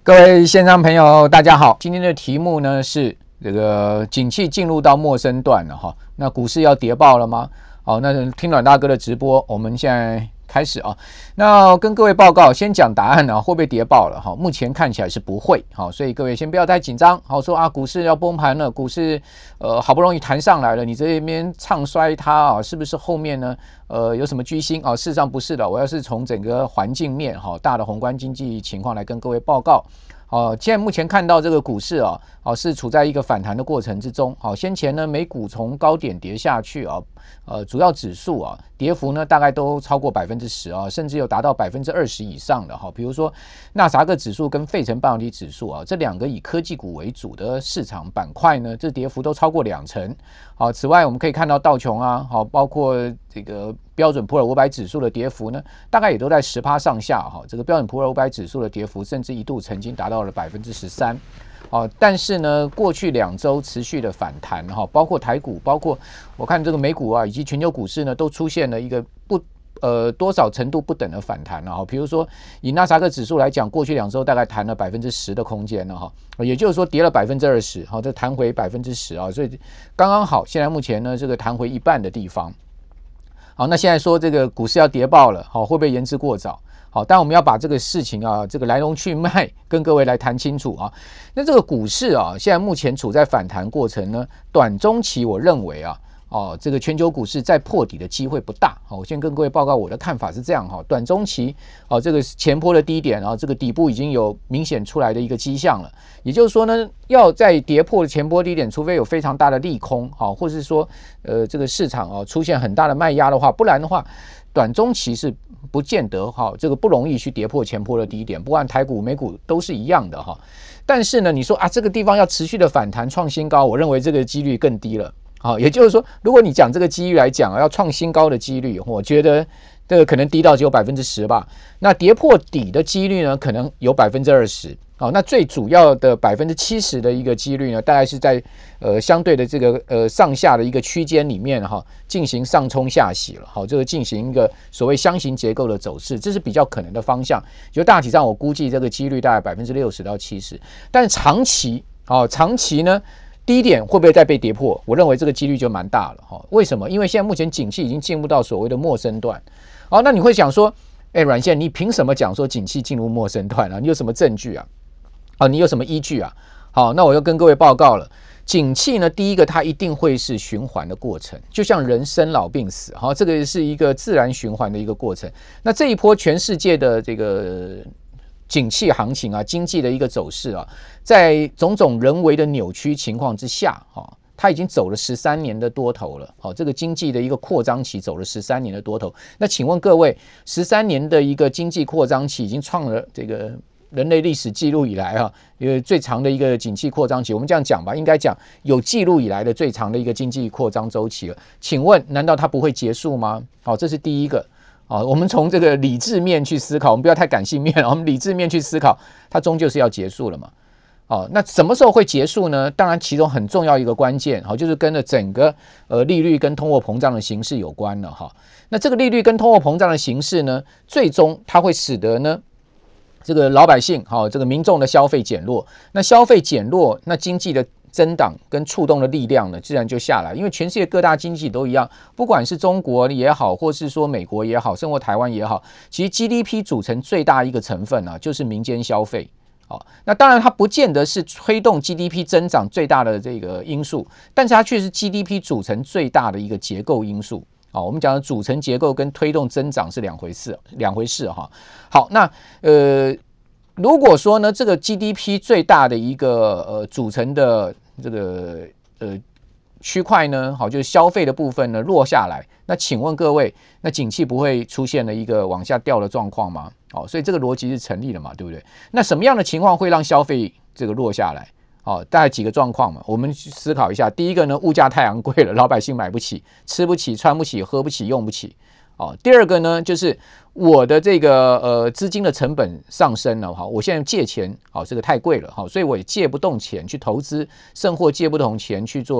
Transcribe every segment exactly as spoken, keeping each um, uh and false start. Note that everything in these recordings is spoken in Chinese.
各位线上朋友，大家好。今天的题目呢是这个景气进入到末升段了哈。那股市要跌爆了吗？好，那听阮大哥的直播，我们现在开始啊。那跟各位报告，先讲答案啊，会不会跌爆了哈？目前看起来是不会，好，所以各位先不要太紧张。好，说啊，股市要崩盘了，股市呃好不容易弹上来了，你这边唱衰它啊，是不是后面呢？呃，有什么居心啊？事实上不是的，我要是从整个环境面哈，大的宏观经济情况来跟各位报告。哦，现在目前看到这个股市啊，哦是处在一个反弹的过程之中。好，先前呢美股从高点跌下去啊，呃主要指数啊跌幅呢大概都超过百分之十啊，甚至有达到百分之二十以上的哈。比如说纳斯达克指数跟费城半导体指数啊，这两个以科技股为主的市场板块呢，这跌幅都超过两成。好，此外我们可以看到道琼啊，好包括这个标准普尔五百指数的跌幅呢，大概也都在 百分之十 上下哈。这个标准普尔五百指数的跌幅甚至一度曾经达到了 百分之十三。哦，但是呢，过去两周持续的反弹哈，包括台股，包括我看这个美股啊，以及全球股市呢，都出现了一个不呃多少程度不等的反弹了哈。比如说以纳斯达克指数来讲，过去两周大概弹了 百分之十 的空间了哈，也就是说跌了 百分之二十， 好，这弹回 百分之十 啊，所以刚刚好，现在目前呢这个弹回一半的地方。好，那现在说这个股市要跌爆了，好，会不会言之过早？好，但我们要把这个事情啊，这个来龙去脉跟各位来谈清楚啊。那这个股市啊，现在目前处在反弹过程呢，短中期我认为啊，哦，这个全球股市再破底的机会不大。好，我先跟各位报告我的看法是这样哈，短中期哦，这个前波的低点啊，这个底部已经有明显出来的一个迹象了。也就是说呢，要在跌破前波低点，除非有非常大的利空，好，或是说呃这个市场啊出现很大的卖压的话，不然的话，短中期是不见得哈，这个不容易去跌破前波的低点，不管台股、美股都是一样的哈。但是呢，你说啊，这个地方要持续的反弹创新高，我认为这个几率更低了。好，也就是说，如果你讲这个几率来讲，要创新高的几率，我觉得这个可能低到只有 百分之十 吧。那跌破底的几率呢，可能有 百分之二十。好，那最主要的 百分之七十 的一个几率呢，大概是在呃相对的这个呃上下的一个区间里面哈，进行上冲下洗了。好，这个进行一个所谓箱型结构的走势，这是比较可能的方向。就大体上我估计这个几率大概 百分之六十 到七十，但是长期哦，长期呢低点会不会再被跌破？我认为这个几率就蛮大了哈。为什么？因为现在目前景气已经进入到所谓的末升段。好，那你会想说，哎，阮线，你凭什么讲说景气进入末升段啊？你有什么证据啊？好，你有什么依据啊？好，那我要跟各位报告了。景气呢，第一个它一定会是循环的过程，就像人生老病死，好，这个是一个自然循环的一个过程。那这一波全世界的这个景气行情啊，经济的一个走势啊，在种种人为的扭曲情况之下，哈，它已经走了十三年的多头了。好，这个经济的一个扩张期走了十三年的多头。那请问各位，十三年的一个经济扩张期已经创了这个人类历史记录以来啊，一个最长的一个景气扩张期，我们这样讲吧，应该讲有记录以来的最长的一个经济扩张周期了。请问，难道它不会结束吗？好，这是第一个。好，我们从这个理智面去思考，我们不要太感性面，我们理智面去思考，它终究是要结束了嘛。好，那什么时候会结束呢？当然，其中很重要一个关键，好，就是跟着整个呃利率跟通货膨胀的形势有关了哈。那这个利率跟通货膨胀的形势呢，最终它会使得呢，这个老百姓好，这个民众的消费减弱，那消费减弱，那经济的增长跟触动的力量呢，自然就下来。因为全世界各大经济都一样，不管是中国也好，或是说美国也好，甚或台湾也好，其实 G D P 组成最大一个成分啊，就是民间消费。好，那当然它不见得是推动 G D P 增长最大的这个因素，但是它却是 G D P 组成最大的一个结构因素。好，我们讲的组成结构跟推动增长是两回事，两回事哈。好，那呃，如果说呢，这个 G D P 最大的一个呃组成的这个呃区块呢，好，就是消费的部分呢落下来，那请问各位，那景气不会出现了一个往下掉的状况吗？好，所以这个逻辑是成立的嘛，对不对？那什么样的情况会让消费这个落下来？好，大概几个状况嘛，我们去思考一下。第一个呢，物价太昂贵了，老百姓买不起，吃不起，穿不起，喝不起，用不起。哦，第二个呢，就是我的这个呃资金的成本上升了哈，我现在借钱，好，这个太贵了哈，所以我也借不动钱去投资，甚或借不动钱去做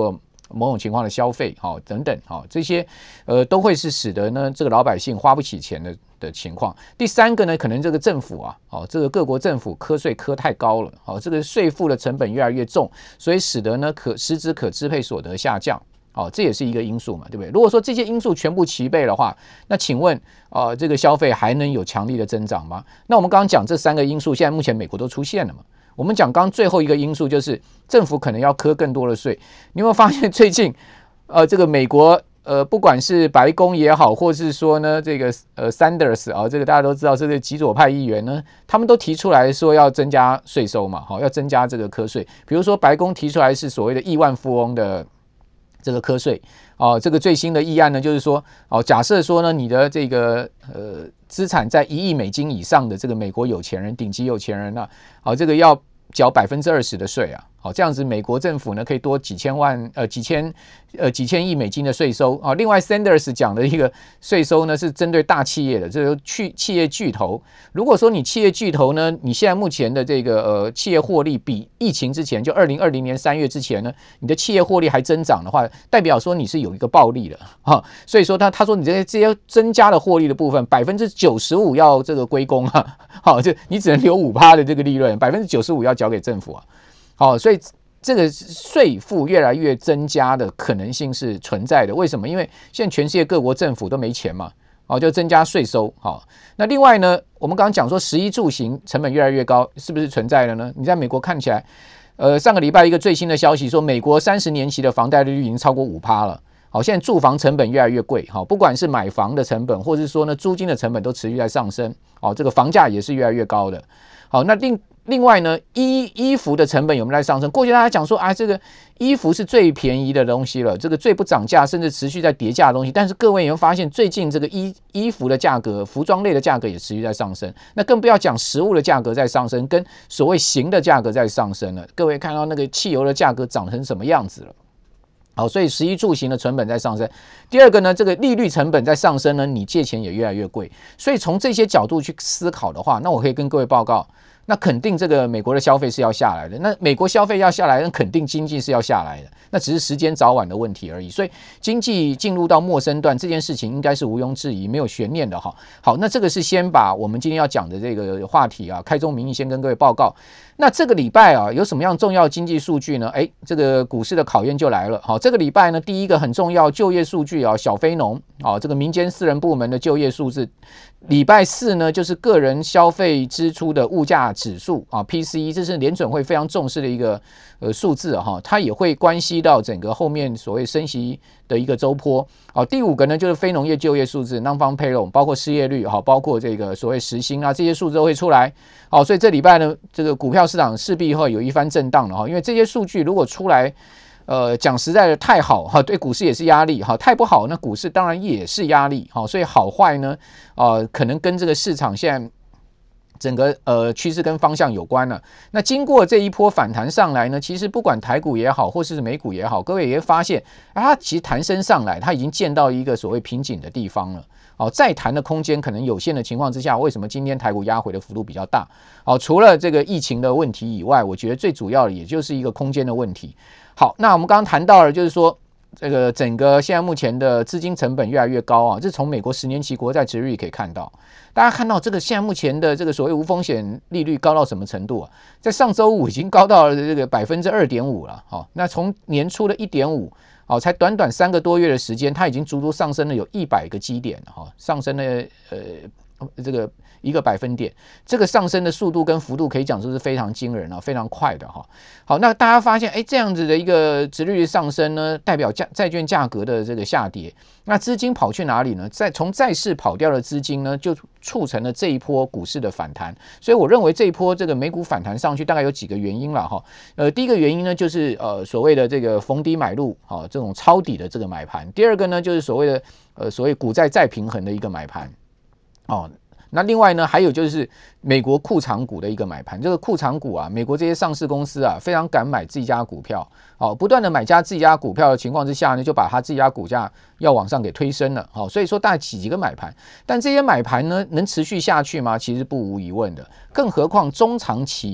某种情况的消费，好、哦、等等，好、哦、这些呃都会是使得呢这个老百姓花不起钱的的情况。第三个呢，可能这个政府啊，哦这个各国政府课税课太高了，哦这个税负的成本越来越重，所以使得呢可实质可支配所得下降。哦，这也是一个因素嘛，对不对？如果说这些因素全部齐备的话，那请问，呃，这个消费还能有强力的增长吗？那我们刚刚讲这三个因素，现在目前美国都出现了嘛？我们讲刚刚最后一个因素就是政府可能要课更多的税。你有没有发现最近，呃，这个美国呃，不管是白宫也好，或是说呢，这个呃 Sanders 啊，这个大家都知道这个极左派议员呢，他们都提出来说要增加税收嘛，好、哦，要增加这个课税。比如说白宫提出来是所谓的亿万富翁的这个课税哦，这个最新的议案呢，就是说哦，假设说呢，你的这个呃资产在一亿美金以上的这个美国有钱人、顶级有钱人啊，哦，这个要缴百分之二十的税啊，好、哦，这样子美国政府呢可以多几千万呃几千呃几千亿美金的税收啊、哦。另外 ，Sanders 讲的一个税收呢是针对大企业的，这个去企业巨头。如果说你企业巨头呢，你现在目前的这个呃企业获利比疫情之前，就二零二零年三月之前呢，你的企业获利还增长的话，代表说你是有一个暴利的哈、哦。所以说他他说你这些这些增加的获利的部分，百分之九十五要这个归公啊，好、哦，就你只能留五趴的这个利润，百分之九十五要交给政府啊。好、哦，所以这个税负越来越增加的可能性是存在的。为什么？因为现在全世界各国政府都没钱嘛，哦，就增加税收。好、哦，那另外呢，我们刚刚讲说食衣住行成本越来越高，是不是存在了呢？你在美国看起来，呃，上个礼拜一个最新的消息说，美国三十年期的房贷利率已经超过五趴了。好，现在住房成本越来越贵，好，不管是买房的成本，或是说呢租金的成本都持续在上升，好，这个房价也是越来越高的。好，那另另外呢，衣衣服的成本有没有在上升？过去大家讲说啊，这个衣服是最便宜的东西了，这个最不涨价，甚至持续在跌价的东西。但是各位有没有发现，最近这个衣衣服的价格、服装类的价格也持续在上升？那更不要讲食物的价格在上升，跟所谓行的价格在上升了。各位看到那个汽油的价格涨成什么样子了？好，所以食衣住行的成本在上升。第二个呢，这个利率成本在上升呢，你借钱也越来越贵。所以从这些角度去思考的话，那我可以跟各位报告，那肯定这个美国的消费是要下来的。那美国消费要下来，那肯定经济是要下来的。那只是时间早晚的问题而已。所以经济进入到末升段这件事情，应该是毋庸置疑、没有悬念的哈。好，那这个是先把我们今天要讲的这个话题啊，开宗明义先跟各位报告。那这个礼拜啊，有什么样重要经济数据呢？哎，这个股市的考验就来了。好，这个礼拜呢，第一个很重要就业数据啊，小非农啊，这个民间私人部门的就业数字。礼拜四呢，就是个人消费支出的物价指数啊 ，P C E， 这是联准会非常重视的一个呃数字哈、啊，它也会关系到整个后面所谓升息的一个周波。好、啊，第五个呢，就是非农业就业数字 （non-farm payroll）， 包括失业率，好、啊，包括这个所谓时薪啊，这些数字都会出来。好、啊，所以这礼拜呢，这个股票市场势必会有一番震荡了哈，因为这些数据如果出来。呃，讲实在的，太好哈，对股市也是压力哈；太不好，那股市当然也是压力哈。所以好坏呢，呃，可能跟这个市场现在整个呃趋势跟方向有关了。那经过这一波反弹上来呢，其实不管台股也好，或是美股也好，各位也会发现，啊，它其实弹升上来，它已经见到一个所谓瓶颈的地方了。哦，再弹的空间可能有限的情况之下，为什么今天台股压回的幅度比较大？哦，除了这个疫情的问题以外，我觉得最主要的也就是一个空间的问题。好，那我们刚刚谈到了，就是说这个整个现在目前的资金成本越来越高啊，这是从美国十年期国债殖利率可以看到。大家看到这个现在目前的这个所谓无风险利率高到什么程度啊？在上周五已经高到了这个百分之二点五了。好，那从年初的一点五。哦，才短短三个多月的时间，它已经足足上升了有一百个基点哈、哦，上升了呃这个一个百分点，这个上升的速度跟幅度可以讲说是非常惊人啊，非常快的哈、哦。好，那大家发现，哎，这样子的一个殖利率上升呢，代表价债券价格的这个下跌，那资金跑去哪里呢？在从债市跑掉的资金呢，就促成了这一波股市的反弹。所以我认为这一波这个美股反弹上去，大概有几个原因了哈。呃，第一个原因呢，就是呃所谓的这个逢低买入啊、哦，这种抄底的这个买盘。第二个呢，就是所谓的呃所谓股债再平衡的一个买盘。哦，那另外呢，还有就是美国库藏股的一个买盘。这个库藏股啊，美国这些上市公司啊，非常敢买自己家股票，哦，不断的买家自己家股票的情况之下呢，就把他自己家股价要往上给推升了，哦，所以说大概几个买盘，但这些买盘呢，能持续下去吗？其实不无疑问的，更何况中长期。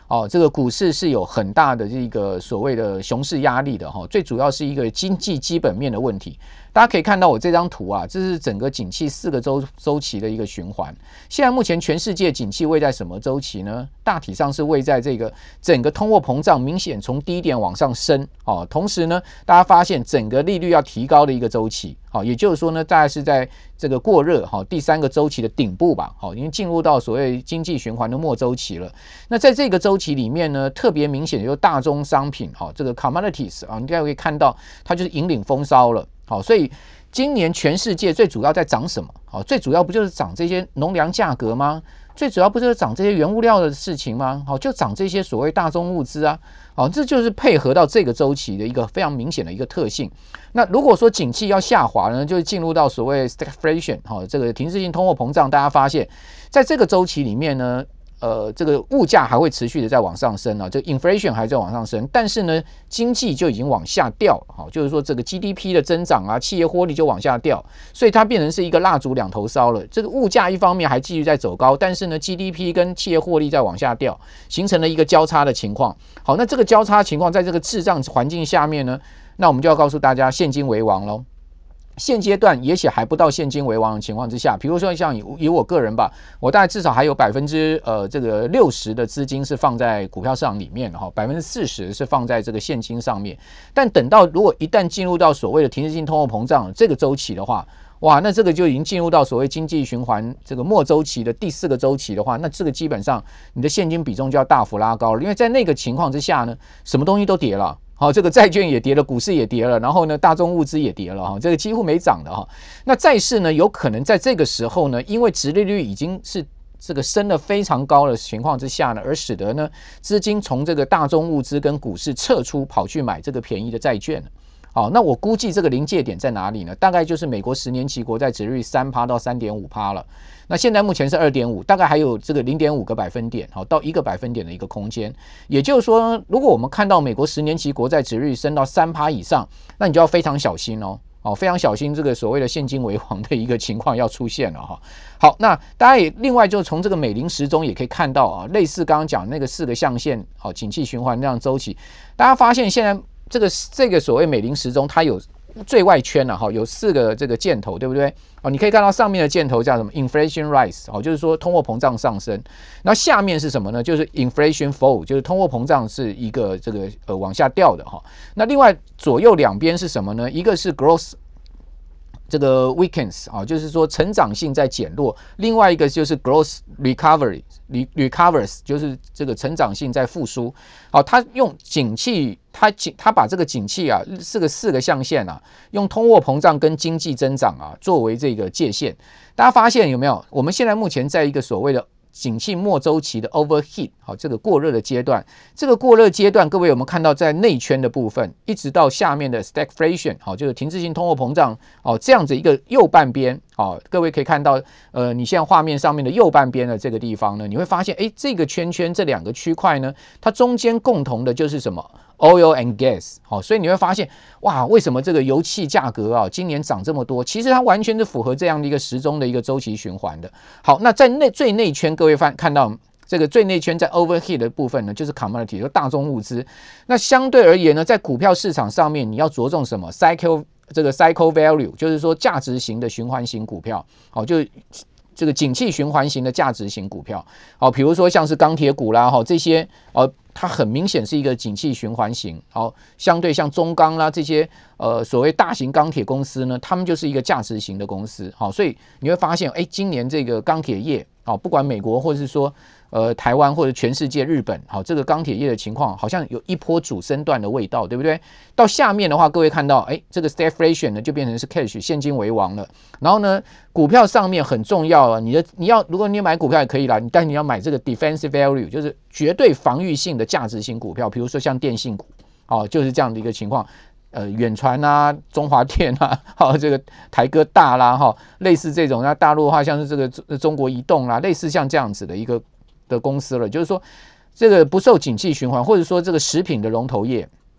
哦，这个股市是有很大的这个所谓的熊市压力的哈，最主要是一个经济基本面的问题。大家可以看到我这张图啊，这是整个景气四个周周期的一个循环。现在目前全世界景气位在什么周期呢？大体上是位在这个整个通货膨胀明显从低点往上升哦，同时呢，大家发现整个利率要提高的一个周期。好，也就是说呢，大概是在这个过热哈第三个周期的顶部吧，好，已经进入到所谓经济循环的末周期了。那在这个周期里面呢，特别明显就是大宗商品，好，这个 commodities 啊，你大家可以看到它就是引领风骚了。好，所以今年全世界最主要在涨什么？好，最主要不就是涨这些农粮价格吗？最主要不就是涨这些原物料的事情吗？好，就涨这些所谓大宗物资啊。好，这就是配合到这个周期的一个非常明显的一个特性。那如果说景气要下滑呢，就进入到所谓 stagflation， 好，这个停滞性通货膨胀，大家发现在这个周期里面呢，呃，这个物价还会持续的在往上升啊，这个 inflation 还在往上升，但是呢，经济就已经往下掉，好，就是说这个 G D P 的增长啊，企业获利就往下掉，所以它变成是一个蜡烛两头烧了。这个物价一方面还继续在走高，但是呢 ，G D P 跟企业获利在往下掉，形成了一个交叉的情况。好，那这个交叉情况在这个滞胀环境下面呢，那我们就要告诉大家，现金为王喽。现阶段也许还不到现金为王的情况之下，比如说像 以, 以我个人吧，我大概至少还有百分之呃这个六十的资金是放在股票市场里面的哈，百分之四十是放在这个现金上面。但等到如果一旦进入到所谓的停滞性通货膨胀这个周期的话，哇，那这个就已经进入到所谓经济循环这个末周期的第四个周期的话，那这个基本上你的现金比重就要大幅拉高了，因为在那个情况之下呢，什么东西都跌了。好，这个债券也跌了，股市也跌了，然后呢，大宗物资也跌了哈，这个几乎没涨的哈。那债市呢，有可能在这个时候呢，因为殖利率已经是这个升得非常高的情况之下呢，而使得呢资金从这个大宗物资跟股市撤出，跑去买这个便宜的债券了。好，那我估计这个临界点在哪里呢？大概就是美国十年期国债殖利率三趴到三点五趴了。那现在目前是二点五，大概还有这个零点五个百分点，好到一个百分点的一个空间。也就是说，如果我们看到美国十年期国债殖利率升到三趴以上，那你就要非常小心哦，哦，非常小心这个所谓的现金为王的一个情况要出现了哈。好，那大家也另外就从这个美林时钟也可以看到啊，类似刚刚讲那个四个象限，好，景气循环那样周期，大家发现现在。这个这个所谓美林时钟，它有最外圈啊，哈，有四个这个箭头，对不对？哦，你可以看到上面的箭头叫什么 ？inflation rise， 哦，就是说通货膨胀上升。然后下面是什么呢？就是 inflation fall， 就是通货膨胀是一个这个呃往下掉的哈。那另外左右两边是什么呢？一个是 growth。这个 weakens 啊，就是说成长性在减弱；另外一个就是 growth recovery recovers， 就是这个成长性在复苏。好，它用景气，它它把这个景气啊，四个四个象限啊，用通货膨胀跟经济增长啊作为这个界限。大家发现有没有？我们现在目前在一个所谓的景气末周期的 overheat， 好，这个过热的阶段，这个过热阶段，各位有没有看到在内圈的部分，一直到下面的 stagflation， 好，就是停滞性通货膨胀，哦，这样子一个右半边，哦，各位可以看到，呃，你现在画面上面的右半边的这个地方呢，你会发现，哎，这个圈圈这两个区块呢，它中间共同的就是什么 ？oil and gas， 好，所以你会发现，哇，为什么这个油气价格啊，今年涨这么多？其实它完全是符合这样的一个时钟的一个周期循环的。好，那在内最内圈，各位看到这个最内圈在 overheat 的部分呢，就是 commodity， 就大宗物资。那相对而言呢，在股票市场上面，你要着重什么 ？cycle 这个 cycle value， 就是说价值型的循环型股票，好，就这个景气循环型的价值型股票，好，比如说像是钢铁股啦，哈，这些呃。它很明显是一个景气循环型，好，相对像中钢啦这些呃所谓大型钢铁公司呢，他们就是一个价值型的公司，好，所以你会发现，哎，今年这个钢铁业，好，不管美国或者是说呃台湾或者全世界日本，好，这个钢铁业的情况好像有一波主升段的味道，对不对？到下面的话，各位看到，哎，这个 stagflation 呢就变成是 cash 现金为王了，然后呢，股票上面很重要啊，你的你要如果你买股票也可以啦，但你要买这个 defensive value， 就是绝对防御性的价值型股票，比如说像电信股，哦，就是这样的一个情况。呃，远传啊，中华电啊，好、哦，这个台哥大啦，哈、哦，类似这种。那大陆的话，像是这个中国移动啦，类似像这样子的一个的公司了，就是说这个不受景气循环，或者说这个食品的龙头业。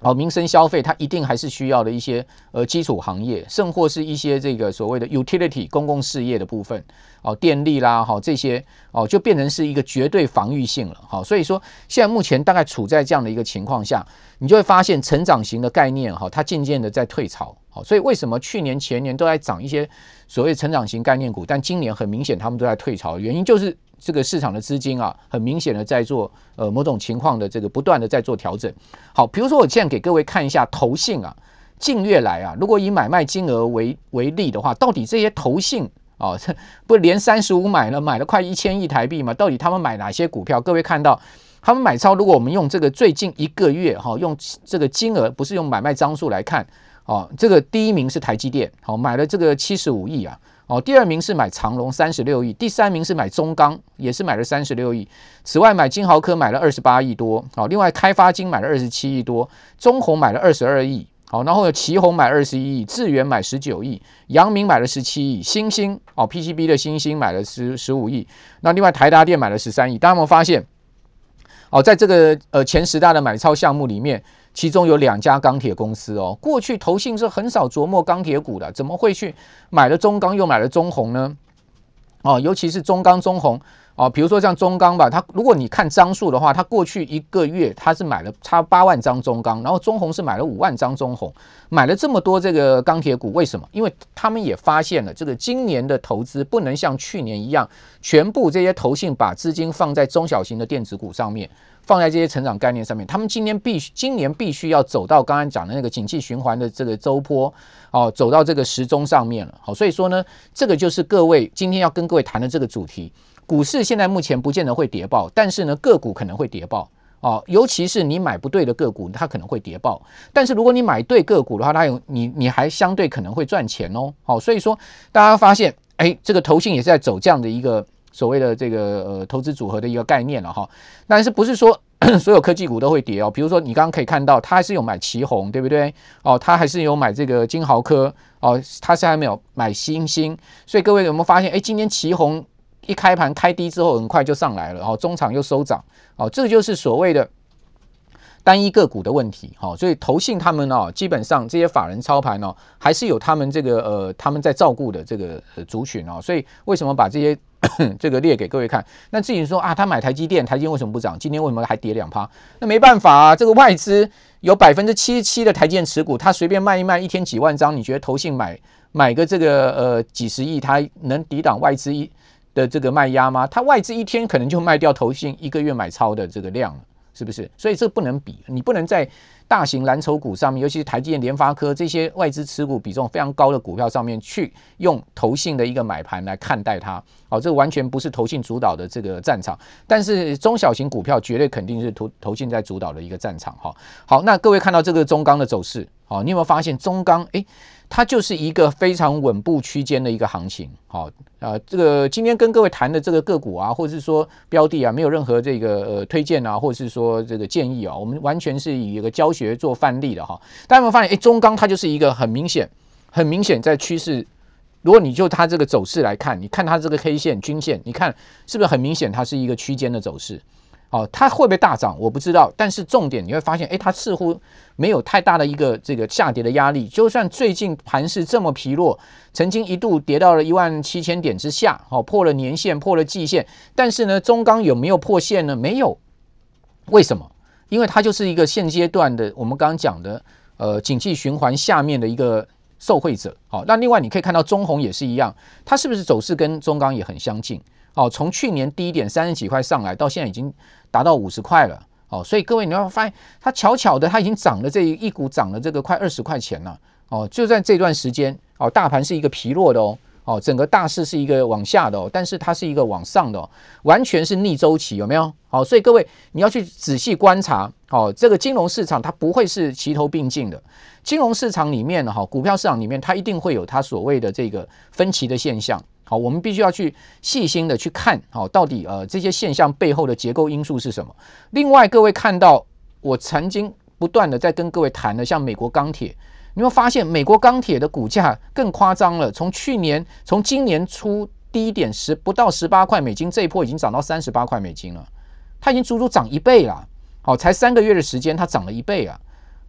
好，民生消费它一定还是需要的一些呃基础行业，甚或是一些这个所谓的 utility 公共事业的部分，哦，电力啦，好这些哦，就变成是一个绝对防御性了，好，所以说现在目前大概处在这样的一个情况下，你就会发现成长型的概念哈，它渐渐的在退潮，好，所以为什么去年前年都在涨一些所谓成长型概念股，但今年很明显他们都在退潮，原因就是这个市场的资金啊，很明显的在做呃某种情况的这个不断的在做调整。好，比如说我现在给各位看一下投信啊，近月来啊，如果以买卖金额为为例的话，到底这些投信哦，不连三十五买了，买了快一千亿台币嘛？到底他们买哪些股票？各位看到他们买超，如果我们用这个最近一个月哈、哦，用这个金额，不是用买卖张数来看哦，这个第一名是台积电，好、哦、买了这个七十五亿啊。哦，第二名是买长荣三十六亿，第三名是买中钢，也是买了三十六亿。此外，买金豪科买了二十八亿多，好，另外开发金买了二十七亿多，中宏买了二十二亿，好，然后有奇宏买二十一亿，智源买十九亿，阳明买了十七亿，新兴哦 P C B 的新兴买了十十五亿，那另外台达电买了十三亿。大家有没有发现？哦，在这个呃前十大的买超项目里面，其中有两家钢铁公司哦。过去投信是很少琢磨钢铁股的，怎么会去买了中钢又买了中宏呢？哦，尤其是中钢、中宏哦，比如说像中钢吧，它如果你看张数的话，它过去一个月它是买了差八万张中钢，然后中宏是买了五万张中宏，买了这么多这个钢铁股，为什么？因为他们也发现了这个今年的投资不能像去年一样，全部这些投信把资金放在中小型的电子股上面。放在这些成长概念上面，他们今年必须今年必须要走到刚刚讲的那个景气循环的这个周波，哦，走到这个时钟上面了。好，所以说呢，这个就是各位今天要跟各位谈的这个主题。股市现在目前不见得会跌爆，但是呢，个股可能会跌爆。哦，尤其是你买不对的个股，它可能会跌爆。但是如果你买对个股的话，它有你你还相对可能会赚钱哦。好，所以说大家发现，哎，这个投信也是在走这样的一个。所谓的这个呃投资组合的一个概念了哈，但是不是说所有科技股都会跌哦？比如说你刚刚可以看到，它还是有买奇宏，对不对？哦，它还是有买这个金豪科哦，它是还没有买新兴，所以各位有没有发现？哎，今天奇宏一开盘开低之后，很快就上来了，哦，中场又收涨，哦，这个就是所谓的。单一个股的问题，好，所以投信他们哦，基本上这些法人操盘哦，还是有他们这个呃他们在照顾的这个族群哦，所以为什么把这些这个列给各位看？那至于说啊，他买台积电，台积电为什么不涨？今天为什么还跌两趴？那没办法啊，这个外资有百分之七十七的台积电持股，他随便卖一卖，一天几万张，你觉得投信买买个这个呃几十亿，他能抵挡外资一的这个卖压吗？他外资一天可能就卖掉投信一个月买超的这个量了。是不是？所以这不能比，你不能在大型蓝筹股上面，尤其是台积电、联发科这些外资持股比重非常高的股票上面，去用投信的一个买盘来看待它。哦，这完全不是投信主导的这个战场。但是中小型股票绝对肯定是投投信在主导的一个战场。哈，好，那各位看到这个中钢的走势，好，你有没有发现中钢？哎。它就是一个非常稳步区间的一个行情，好，呃，这个今天跟各位谈的这个个股啊，或者是说标的啊，没有任何这个呃推荐啊，或者是说这个建议啊，我们完全是以一个教学做范例的哈。大家有没有发现，哎，中钢它就是一个很明显、很明显在趋势。如果你就它这个走势来看，你看它这个 K 线、均线，你看是不是很明显它是一个区间的走势？哦，它会不会大涨？我不知道，但是重点你会发现，哎，它似乎没有太大的一个这个下跌的压力。就算最近盘势这么疲弱，曾经一度跌到了一万七千点之下，哦，破了年线，破了季线，但是呢，中钢有没有破线呢？没有。为什么？因为它就是一个现阶段的我们刚刚讲的呃景气循环下面的一个受惠者。好，那另外你可以看到中宏也是一样，它是不是走势跟中钢也很相近？哦，从去年低点三十几块上来，到现在已经达到五十块了。哦，所以各位你要发现，它巧巧的，它已经涨了这一股涨了这个快二十块钱了。哦，就在这段时间，哦，大盘是一个疲弱的哦，哦，整个大势是一个往下的哦，但是它是一个往上的哦，完全是逆周期，有没有？好，所以各位你要去仔细观察，哦，这个金融市场它不会是齐头并进的，金融市场里面哈，股票市场里面它一定会有它所谓的这个分歧的现象。好，我们必须要去细心的去看，好，到底呃这些现象背后的结构因素是什么？另外，各位看到我曾经不断的在跟各位谈的，像美国钢铁，你会发现美国钢铁的股价更夸张了，从去年从今年初低点十不到十八块美金，这一波已经涨到三十八块美金了，它已经足足涨一倍了。好，才三个月的时间，它涨了一倍啊。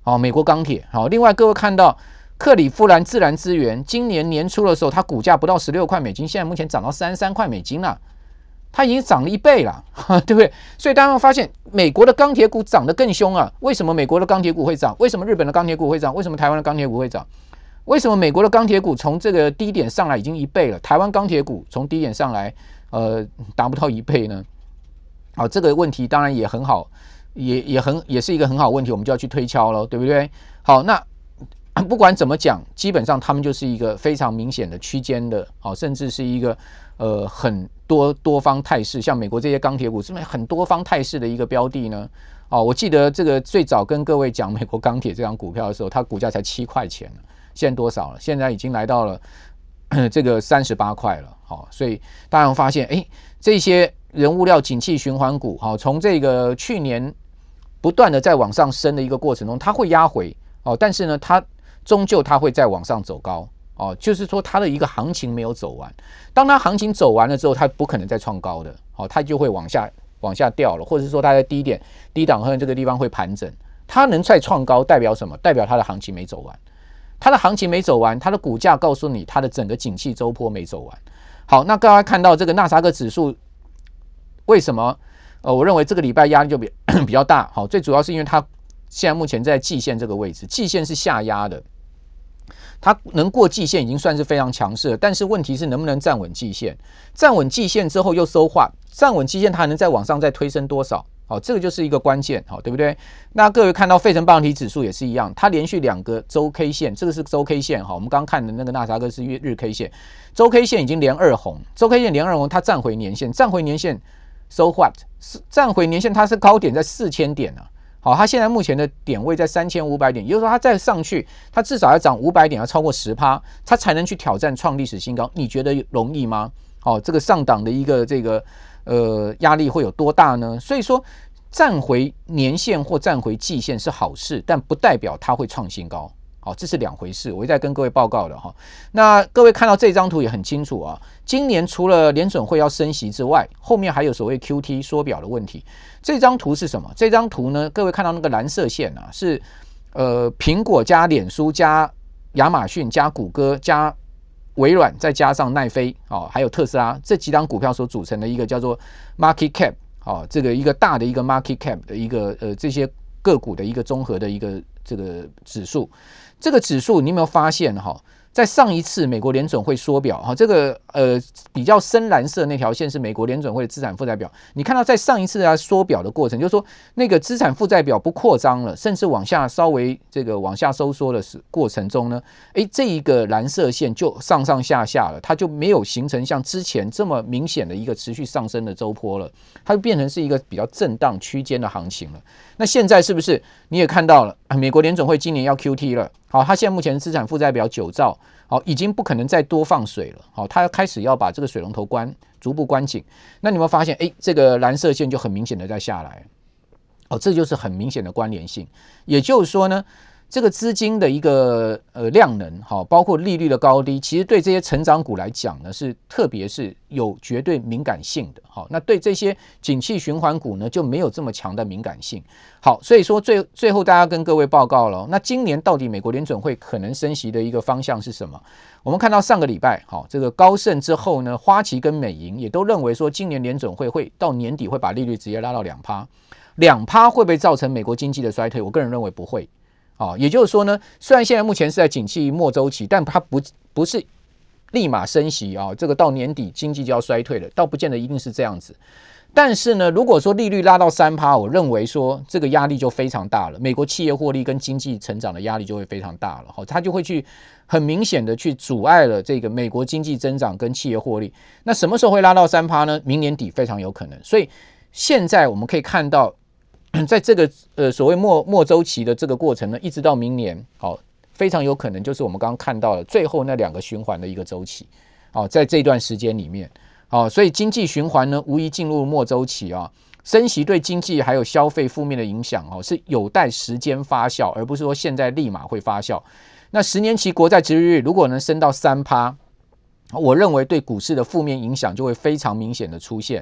好，美国钢铁。好，另外各位看到克里夫兰自然资源今年年初的时候，它股价不到十六块美金，现在目前涨到三十三块美金了，它已经涨了一倍了，对不对？所以大家会发现美国的钢铁股涨得更凶啊。为什么美国的钢铁股会涨？为什么日本的钢铁股会涨？为什么台湾的钢铁股会涨？为什么美国的钢铁股从这个低点上来已经一倍了，台湾钢铁股从低点上来呃达不到一倍呢？好，这个问题当然也很好，也也很也是一个很好的问题，我们就要去推敲了，对不对？好，那不管怎么讲，基本上他们就是一个非常明显的区间的，好，甚至是一个呃很多多方态势，像美国这些钢铁股是不是很多方态势的一个标的呢？哦，我记得这个最早跟各位讲美国钢铁这张股票的时候，它股价才七块钱呢，现在多少了？现在已经来到了这个三十八块了。好，所以大家发现，哎，这些原物料景气循环股，好，从这个去年不断的在往上升的一个过程中，它会压回，哦，但是呢，它终究它会再往上走高，哦，就是说它的一个行情没有走完。当它行情走完了之后，它不可能再创高的，哦，它就会往下往下掉了，或者是说它在低点低档和这个地方会盘整。它能再创高，代表什么？代表它的行情没走完。它的行情没走完，它的股价告诉你，它的整个景气周波没走完。好，那刚才看到这个纳斯达克指数，为什么？呃，我认为这个礼拜压力就比比较大。好，最主要是因为它现在目前在季线这个位置，季线是下压的，它能过季线已经算是非常强势了。但是问题是能不能站稳季线？站稳季线之后又收化，站稳季线它还能再往上再推升多少？好，这个就是一个关键，好，对不对？那各位看到费城半导体指数也是一样，它连续两个周 K 线，这个是周 K 线，好，我们刚刚看的那个纳斯达克是日 K 线，周 K 线已经连二红，周 K 线连二红，它站回年线，站回年线 ，so what？ 站回年线，它是高点在四千点啊，好，它现在目前的点位在三千五百点，也就是说它再上去，它至少要涨五百点，要超过 百分之十， 它才能去挑战创历史新高，你觉得容易吗？好，这个上档的一个这个呃压力会有多大呢？所以说站回年线或站回季线是好事，但不代表它会创新高。好，这是两回事，我一再跟各位报告的哈。那各位看到这张图也很清楚啊，今年除了联准会要升息之外，后面还有所谓 Q T 缩表的问题。这张图是什么？这张图呢，各位看到那个蓝色线啊，是呃苹果加脸书加亚马逊加谷歌加微软再加上奈飞，哦，还有特斯拉这几档股票所组成的一个叫做 market cap， 哦，这个一个大的一个 market cap 的一个呃这些个股的一个综合的一个这个指数。这个指数你有没有发现哈？在上一次美国联准会缩表哈，这个呃比较深蓝色那条线是美国联准会的资产负债表。你看到在上一次它缩表的过程，就是说那个资产负债表不扩张了，甚至往下稍微这个往下收缩的过程中呢，诶，这一个蓝色线就上上下下了，它就没有形成像之前这么明显的一个持续上升的周波了，它就变成是一个比较震荡区间的行情了。那现在是不是你也看到了，美国联准会今年要 Q T 了？好，它现在目前资产负债表九兆，好，已经不可能再多放水了。好，它开始要把这个水龙头关，逐步关紧。那你有没有发现，哎，这个蓝色线就很明显的在下来，哦，这就是很明显的关联性。也就是说呢，这个资金的一个呃量能，好，包括利率的高低，其实对这些成长股来讲呢，是特别是有绝对敏感性的。好，那对这些景气循环股呢，就没有这么强的敏感性。好，所以说最最后大家跟各位报告了，那今年到底美国联准会可能升息的一个方向是什么？我们看到上个礼拜，好，这个高盛之后呢，花旗跟美银也都认为说，今年联准会会到年底会把利率直接拉到两趴，两趴会不会造成美国经济的衰退？我个人认为不会。哦，也就是说呢，虽然现在目前是在景气末周期，但它不不是立马升息啊、哦，这个到年底经济就要衰退了，倒不见得一定是这样子。但是呢，如果说利率拉到 百分之三， 我认为说这个压力就非常大了，美国企业获利跟经济成长的压力就会非常大了，好，它就会去很明显的去阻碍了这个美国经济增长跟企业获利。那什么时候会拉到 百分之三 呢？明年底非常有可能。所以现在我们可以看到，在这个呃所谓末末周期的这个过程呢，一直到明年，好，非常有可能就是我们刚刚看到的最后那两个循环的一个周期，好，在这段时间里面。好，所以经济循环呢，无疑进入末周期啊。升息对经济还有消费负面的影响哦，是有待时间发酵，而不是说现在立马会发酵。那十年期国债殖利率如果能升到 百分之三， 我认为对股市的负面影响就会非常明显的出现。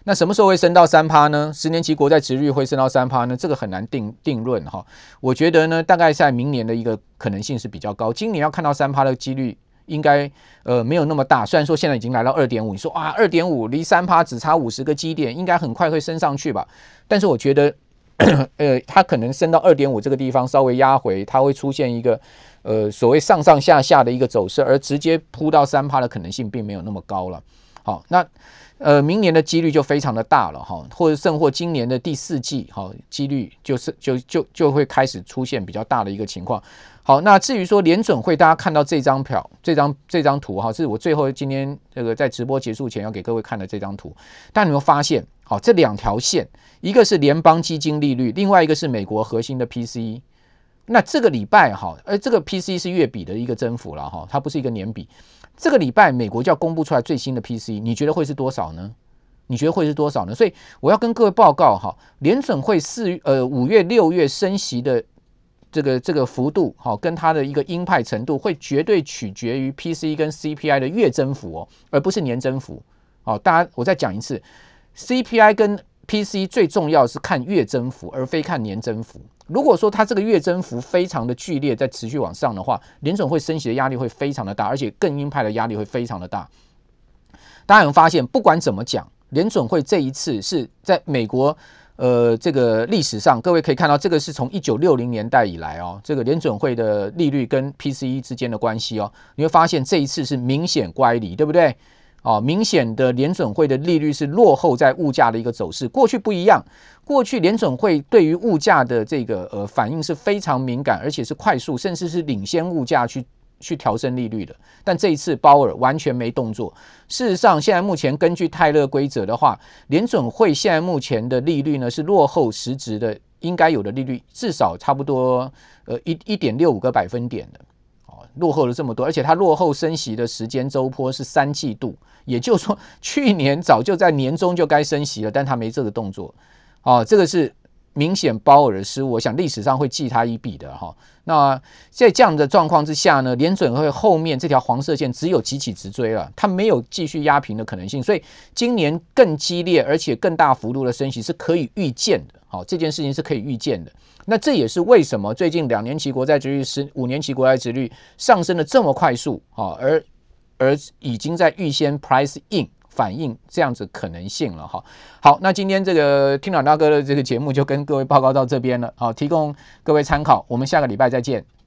那什么时候会升到 百分之三 呢？十年期国债殖利率会升到 百分之三 呢？这个很难定定论哈。我觉得呢，大概在明年的一个可能性是比较高，今年要看到 百分之三 的几率应该呃没有那么大。虽然说现在已经来到 二点五， 你说啊 二点五 离 百分之三 只差五十个基点，应该很快会升上去吧？但是我觉得呃它可能升到 二点五 这个地方稍微压回，它会出现一个呃所谓上上下下的一个走势，而直接扑到 百分之三 的可能性并没有那么高了。好，那呃，明年的几率就非常的大了哈，或者甚或今年的第四季哈，几率就是就就就会开始出现比较大的一个情况。好，那至于说联准会，大家看到这张表、这张这张图哈，是我最后今天这个在直播结束前要给各位看的这张图。大家有没有发现？好，这两条线，一个是联邦基金利率，另外一个是美国核心的 P C E。那这个礼拜哈，而这个 P C E 是月比的一个增幅了哈，它不是一个年比。这个礼拜美国就要公布出来最新的 P C E， 你觉得会是多少呢？你觉得会是多少呢？所以我要跟各位报告哈，联准会四呃五月六月升息的这个这个幅度哈，跟它的一个鹰派程度，会绝对取决于 P C E 跟 C P I 的月增幅哦，而不是年增幅。好，大家我再讲一次 ，C P I 跟 P C E 最重要是看月增幅，而非看年增幅。如果说它这个月增幅非常的剧烈，在持续往上的话，联准会升息的压力会非常的大，而且更鹰派的压力会非常的大。大家有发现，不管怎么讲，联准会这一次是在美国呃这个历史上，各位可以看到，这个是从一九六零年代以来哦，这个联准会的利率跟 P C E 之间的关系哦，你会发现这一次是明显乖离，对不对？哦，明显的联准会的利率是落后在物价的一个走势，过去不一样。过去联准会对于物价的这个呃反应是非常敏感，而且是快速，甚至是领先物价去去调升利率的。但这一次鲍尔完全没动作。事实上，现在目前根据泰勒规则的话，联准会现在目前的利率呢是落后实质的应该有的利率，至少差不多呃一一点六五个百分点的。落后了这么多，而且它落后升息的时间周波是三季度，也就是说，去年早就在年中就该升息了，但他没这个动作，哦，这个是明显鲍尔的失误，我想历史上会记他一笔的哈。那在这样的状况之下呢，联准会后面这条黄色线只有急起直追了，它没有继续压平的可能性，所以今年更激烈而且更大幅度的升息是可以预见的，好，这件事情是可以预见的。那这也是为什么最近两年期国债殖利率、十五年期国债殖利率上升的这么快速，而而已经在预先 price in 反映这样子可能性了哈。好，那今天这个听老大哥的这个节目就跟各位报告到这边了，好，提供各位参考，我们下个礼拜再见。